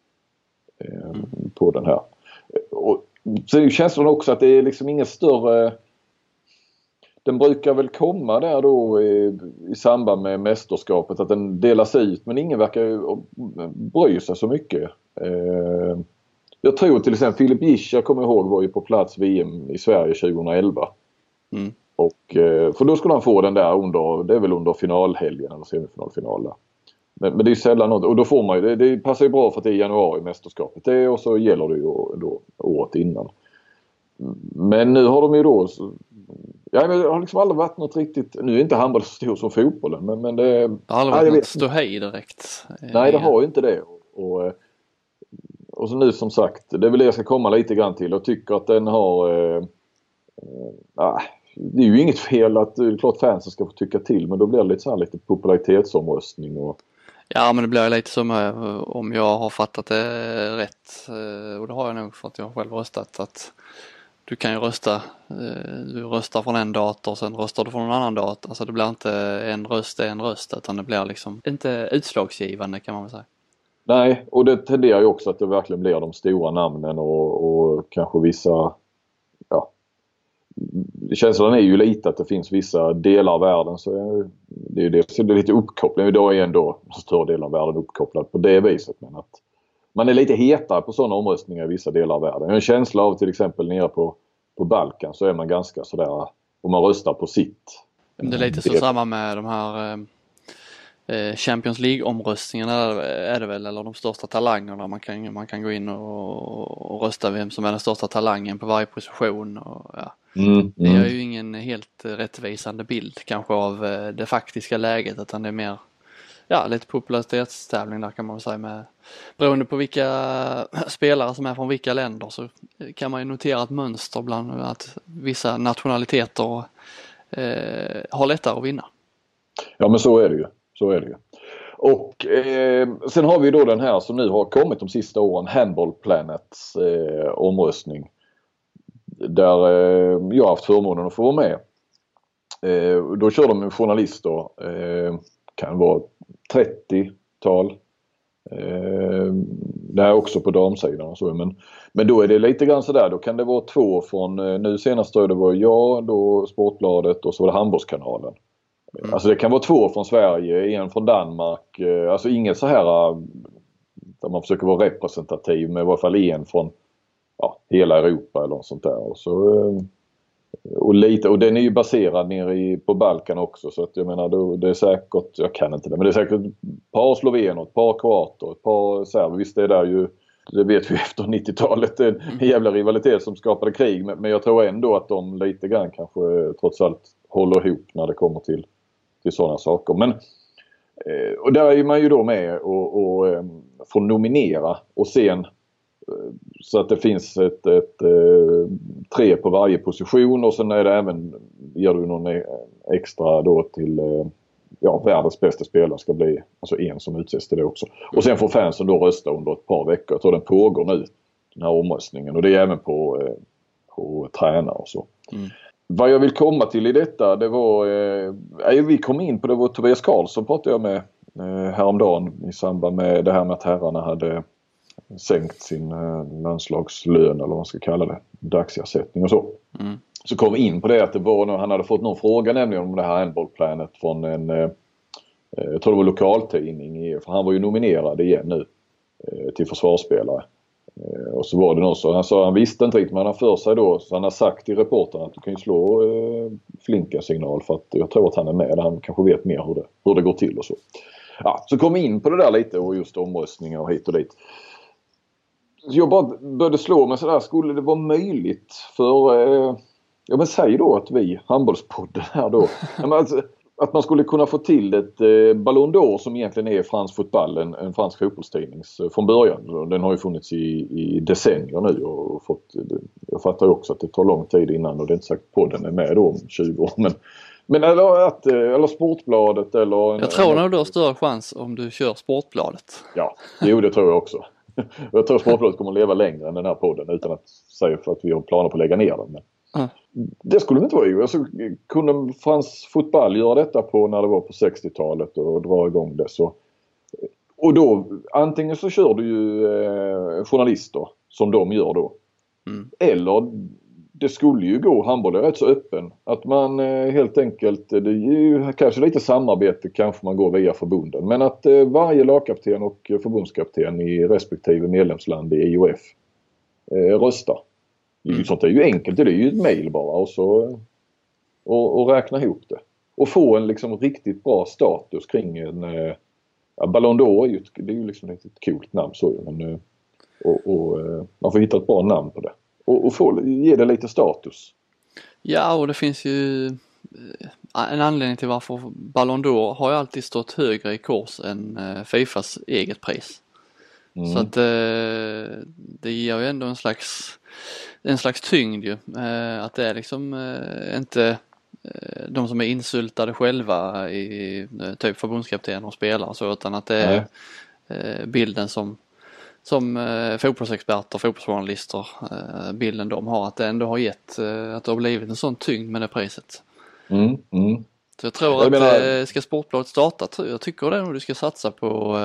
på den här. Och så är ju känslan också att det är liksom ingen större... Den brukar väl komma där då i samband med mästerskapet att den delas ut men ingen verkar bry sig så mycket. Jag tror till exempel Filip Gisch, jag kommer ihåg, var ju på plats VM i Sverige 2011. Och för då skulle han få den där det är väl under finalhelgen eller semifinalfinalen. Men det är ju sällan något, och då får man ju, det passar ju bra för att det är januari mästerskapet. Och så gäller det ju då året innan. Men nu har de ju då, det har liksom aldrig varit något riktigt, nu är inte handboll så stor som fotbollen men det har aldrig varit något ståhej direkt. Nej, det har ju inte det. Och Och så nu som sagt, det är väl det jag ska komma lite grann till. Jag tycker att den har... det är ju inget fel att det är klart fansen ska få tycka till. Men då blir det lite så här lite popularitetsomröstning. Och... Ja, men det blir lite som om jag har fattat det rätt. Och det har jag nog för att jag själv röstat. Att du kan ju rösta. Du röstar från en dator och sen röstar du från en annan dator. Alltså det blir inte en röst. Utan det blir liksom inte utslagsgivande kan man väl säga. Nej, och det tenderar ju också att det verkligen blir de stora namnen och kanske vissa, känslan är ju lite att det finns vissa delar av världen så det är ju det, så det är lite uppkoppling. Idag är ändå en större del av världen uppkopplad på det viset, men att man är lite hetare på sådana omröstningar i vissa delar av världen. Jag har en känsla av till exempel nere på Balkan så är man ganska sådär, om man röstar på sitt. Det är lite så samma med de här Champions League-omröstningarna är det väl, eller de största talangerna. Man kan gå in och rösta vem som är den största talangen på varje position. Och, Det är ju ingen helt rättvisande bild kanske av det faktiska läget, utan det är mer lite popularitetstävling där kan man väl säga. Med, beroende på vilka spelare som är från vilka länder så kan man ju notera ett mönster bland att vissa nationaliteter har lättare att vinna. Ja, men så är det ju. Och sen har vi då den här som nu har kommit de sista åren, Handball Planets omröstning. Där jag har haft förmånen att få vara med. Då kör de med journalister, kan vara 30-tal. Det är också på damsidan och så, men då är det lite grann sådär, då kan det vara 2 från, nu senast det var jag, då Sportbladet och så var det Handbollskanalen. Alltså det kan vara 2 från Sverige, en från Danmark, alltså inget så här där man försöker vara representativ, men i varje fall en från hela Europa eller något sånt där. Och den är ju baserad nere på Balkan också, så att jag menar det är säkert, jag kan inte det, men det är säkert ett par slovener, ett par kroater, ett par serber. Visst det är där ju, det vet vi efter 90-talet, en jävla rivalitet som skapade krig, men jag tror ändå att de lite grann kanske trots allt håller ihop när det kommer till sådana saker. Men och där är man ju då med och får nominera och sen så att det finns ett 3 på varje position, och sen är det även, ger du någon extra då till världens bästa spelare ska bli, alltså en som utses till det också. Och sen får fansen då rösta under ett par veckor. Jag tror den pågår nu, den här omröstningen, och det är även på tränare och så. Vad jag vill komma till i detta, det var vi kom in på, det var Tobias Karlsson pratade jag med häromdagen i samband med det här med att herrarna hade sänkt sin landslagslön, eller vad man ska kalla det, dagsersättning och så. Så kom vi in på det att det var han hade fått någon fråga nämligen om det här Handball Planet från en jag tror det var lokaltidning, för han var ju nominerad igen nu till försvarsspelare. Och så var det någon så han sa, han visste inte riktigt, men han för sig då, så han har sagt i reportern att du kan ju slå flinka signal, för att jag tror att han är med, han kanske vet mer hur det går till och så. Ja, så kom vi in på det där lite och just omröstningar och hit och dit. Så jag bara började slå mig sådär, skulle det vara möjligt för, men säg då att vi, handbollspodden här då, alltså, att man skulle kunna få till ett Ballon d'Or som egentligen är fransk fotboll, en fransk fotbollstidnings från början. Den har ju funnits i decennier nu och fått, jag fattar ju också att det tar lång tid innan, och det är inte sagt att podden är med då om 20 år, men eller Sportbladet eller... Jag tror nog du har större chans om du kör Sportbladet. Ja, det tror jag också. Jag tror Sportbladet kommer att leva längre än den här podden, utan att säga för att vi har planer på att lägga ner den. Men det skulle inte vara ju. Alltså, kunde fransk fotboll göra detta när det var på 60-talet och dra igång det så. Och då, antingen så kör du ju journalister som de gör då. Eller det skulle ju gå, handboll är rätt så öppen. Att man helt enkelt, det är ju kanske lite samarbete kanske man går via förbunden. Men att varje lagkapten och förbundskapten i respektive medlemsland i IOF röstar. Sånt är ju enkelt, det är ju ett mejl bara och så och räkna ihop det. Och få en liksom riktigt bra status kring en Ballon d'Or det är ju liksom ett coolt namn så, men och man får hitta ett bra namn på det. Och ge det lite status. Ja, och det finns ju en anledning till varför Ballon d'Or har ju alltid stått högre i kurs än Fifas eget pris. Så att det ger ju ändå en slags tyngd ju. Att det är liksom inte de som är insultade själva i typ förbundskapten och spelare så, utan att det är bilden som fotbollsexperter, fotbollsjournalister, bilden de har, att det ändå har gett att det har blivit en sån tyngd med det priset. Så jag tror att ska Sportbladet starta, jag tycker det nog du ska satsa på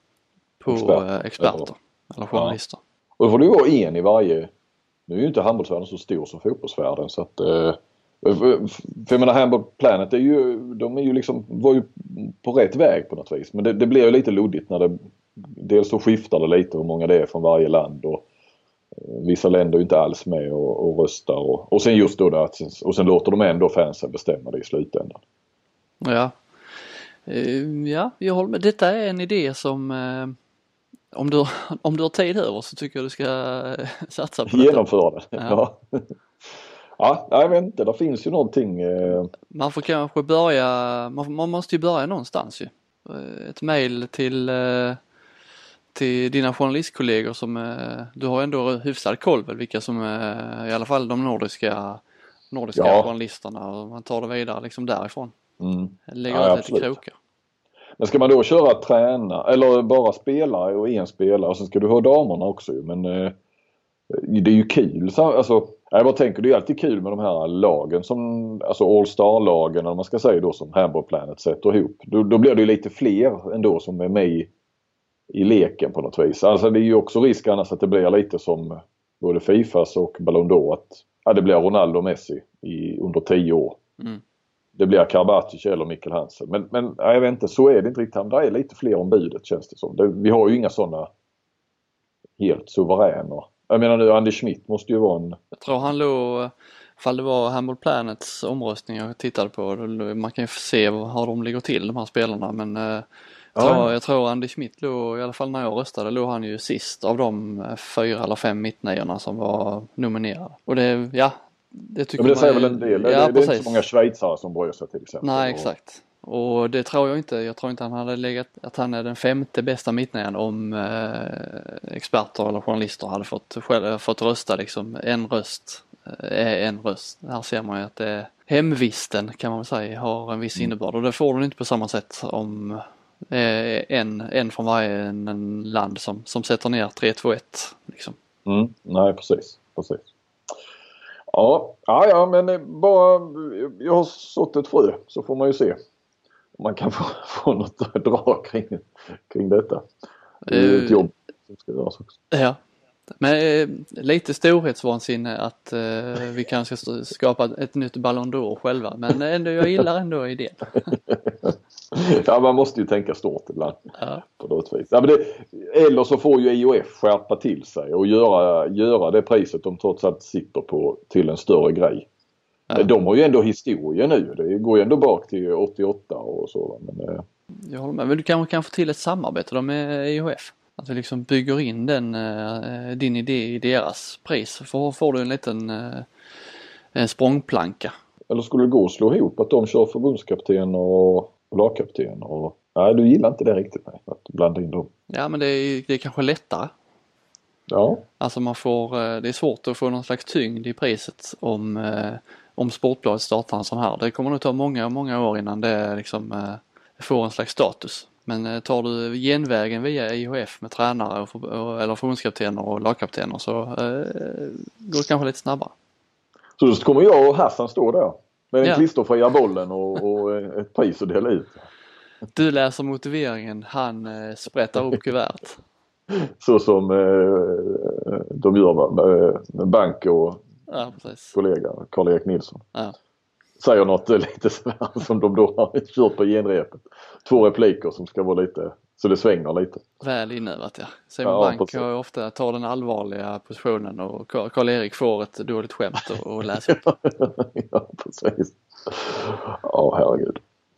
experter eller journalister. Och då får det vara en i varje. Nu är ju inte handbollsvärlden så stor som fotbollsvärlden, så att för jag menar Handball Planet de är ju liksom, var ju på rätt väg på något vis, men det blir ju lite luddigt när det dels så skiftar det lite hur många det är från varje land, och vissa länder är inte alls med och röstar och sen just då det, och sen låter de ändå fansen bestämma det i slutändan. Ja, jag håller med. Detta är en idé som om du har tid över så tycker jag du ska satsa på det. Genomföra det. Ja, jag vet inte, det finns ju någonting. Man får kanske börja, man måste ju börja någonstans ju. Ett mejl till dina journalistkollegor som du har ändå hyfsad koll väl vilka som i alla fall de nordiska journalisterna, och man tar det vidare liksom därifrån. Lägger ut lite krokar. Men ska man då köra träna eller bara spelare och en spelare, och så ska du ha damerna också ju, men det är ju kul så, alltså jag bara tänker, det är alltid kul med de här lagen som, alltså All-Star-lagen eller man ska säga då, som Handball Planet sätter ihop. Då blir det ju lite fler ändå som är med i leken på något vis. Alltså det är ju också risk annars att det blir lite som både Fifas och Ballon d'Or, att det blir Ronaldo och Messi under 10 år. Det blir Karabatic eller Mikkel Hansen. Men jag vet inte, så är det inte riktigt. Det är lite fler om budet känns det som. Vi har ju inga sådana helt suveräna. Jag menar nu, Anders Schmidt måste ju vara en... Jag tror han låg, ifall det var Handball Planets omröstning jag tittade på, man kan ju se hur de ligger till de här spelarna, men jag tror Anders Schmidt låg, i alla fall när jag röstade, låg han ju sist av de 4 eller 5 mittniorna som var nominerade. Och det tycker men det säger väl en del. Ja, det är inte så många schweizare som bryr sig till exempel. Nej, exakt. Och det tror jag inte. Jag tror inte han hade legat att han är den 5:e bästa mittnian om experter eller journalister hade fått rösta liksom en röst. Här ser man ju att hemvisten kan man väl säga har en viss innebörd, och det får du inte på samma sätt om en från varje land som sätter ner 3-2-1 liksom. Nej, precis. Ja, men bara jag har sått ett frö, så får man ju se om man kan få något att dra kring detta. Det är ett jobb som ska göras också. Ja, men lite storhetsvansinne att vi kanske ska skapa ett nytt Ballon d'Or själva, men ändå, jag gillar ändå idén. Ja, man måste ju tänka stort ibland på något vis. Ja, men eller så får ju IOF skärpa till sig och göra det priset de trots allt sitter på till en större grej. Ja. De har ju ändå historia nu. Det går ju ändå bak till 88 och så. Men, jag håller med. Men du kan få till ett samarbete då med IOF. Att vi liksom bygger in din idé i deras pris. Får du en liten en språngplanka. Eller skulle det gå att slå ihop att de kör förbundskapten och lagkapten? Nej, du gillar inte det riktigt, nej, att blanda in dem. Ja, men det är kanske lättare. Ja. Alltså det är svårt att få någon slags tyngd i priset om Sportbladet startar en sån här. Det kommer nog ta många år innan det liksom får en slags status. Men tar du genvägen via IHF med tränare eller förbundskaptener och lagkaptener så går det kanske lite snabbare. Så kommer jag och Hassan stå där med den klisterfria bollen och ett pris att dela ut. Du läser motiveringen, han sprättar upp kuvert. Så som de gör med Bank och kollega Karl-Erik Nilsson. Ja. Säger något lite sådär som de då har kört på genrepet. 2 repliker som ska vara lite, så det svänger lite. Väl inövat, ja. Simon Bank har ju ofta tar den allvarliga positionen och Karl-Erik får ett dåligt skämt och läser upp. Ja, precis. Ja, herregud.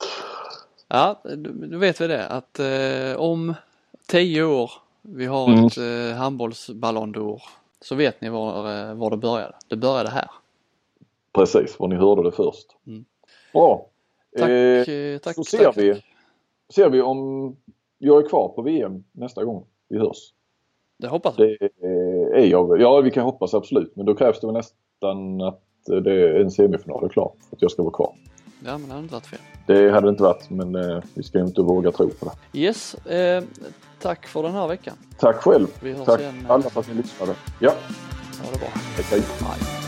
Ja, då vet vi det att om 10 år vi har ett handbollsballon d'Or, så vet ni var det började. Det började här. Precis, vad ni hörde det först. Bra. Tack. Så ser vi om jag är kvar på VM nästa gång vi hörs. Det hoppas vi. Det är jag. Ja, vi kan hoppas absolut. Men då krävs det väl nästan att det är en semifinal klar för att jag ska vara kvar. Ja, men det hade inte varit fel. Det hade inte varit, men vi ska ju inte våga tro på det. Yes, tack för den här veckan. Tack själv. Vi hörs tack igen, alla för att ni lyssnade. Ja. Ha det bra. Hej. Hej.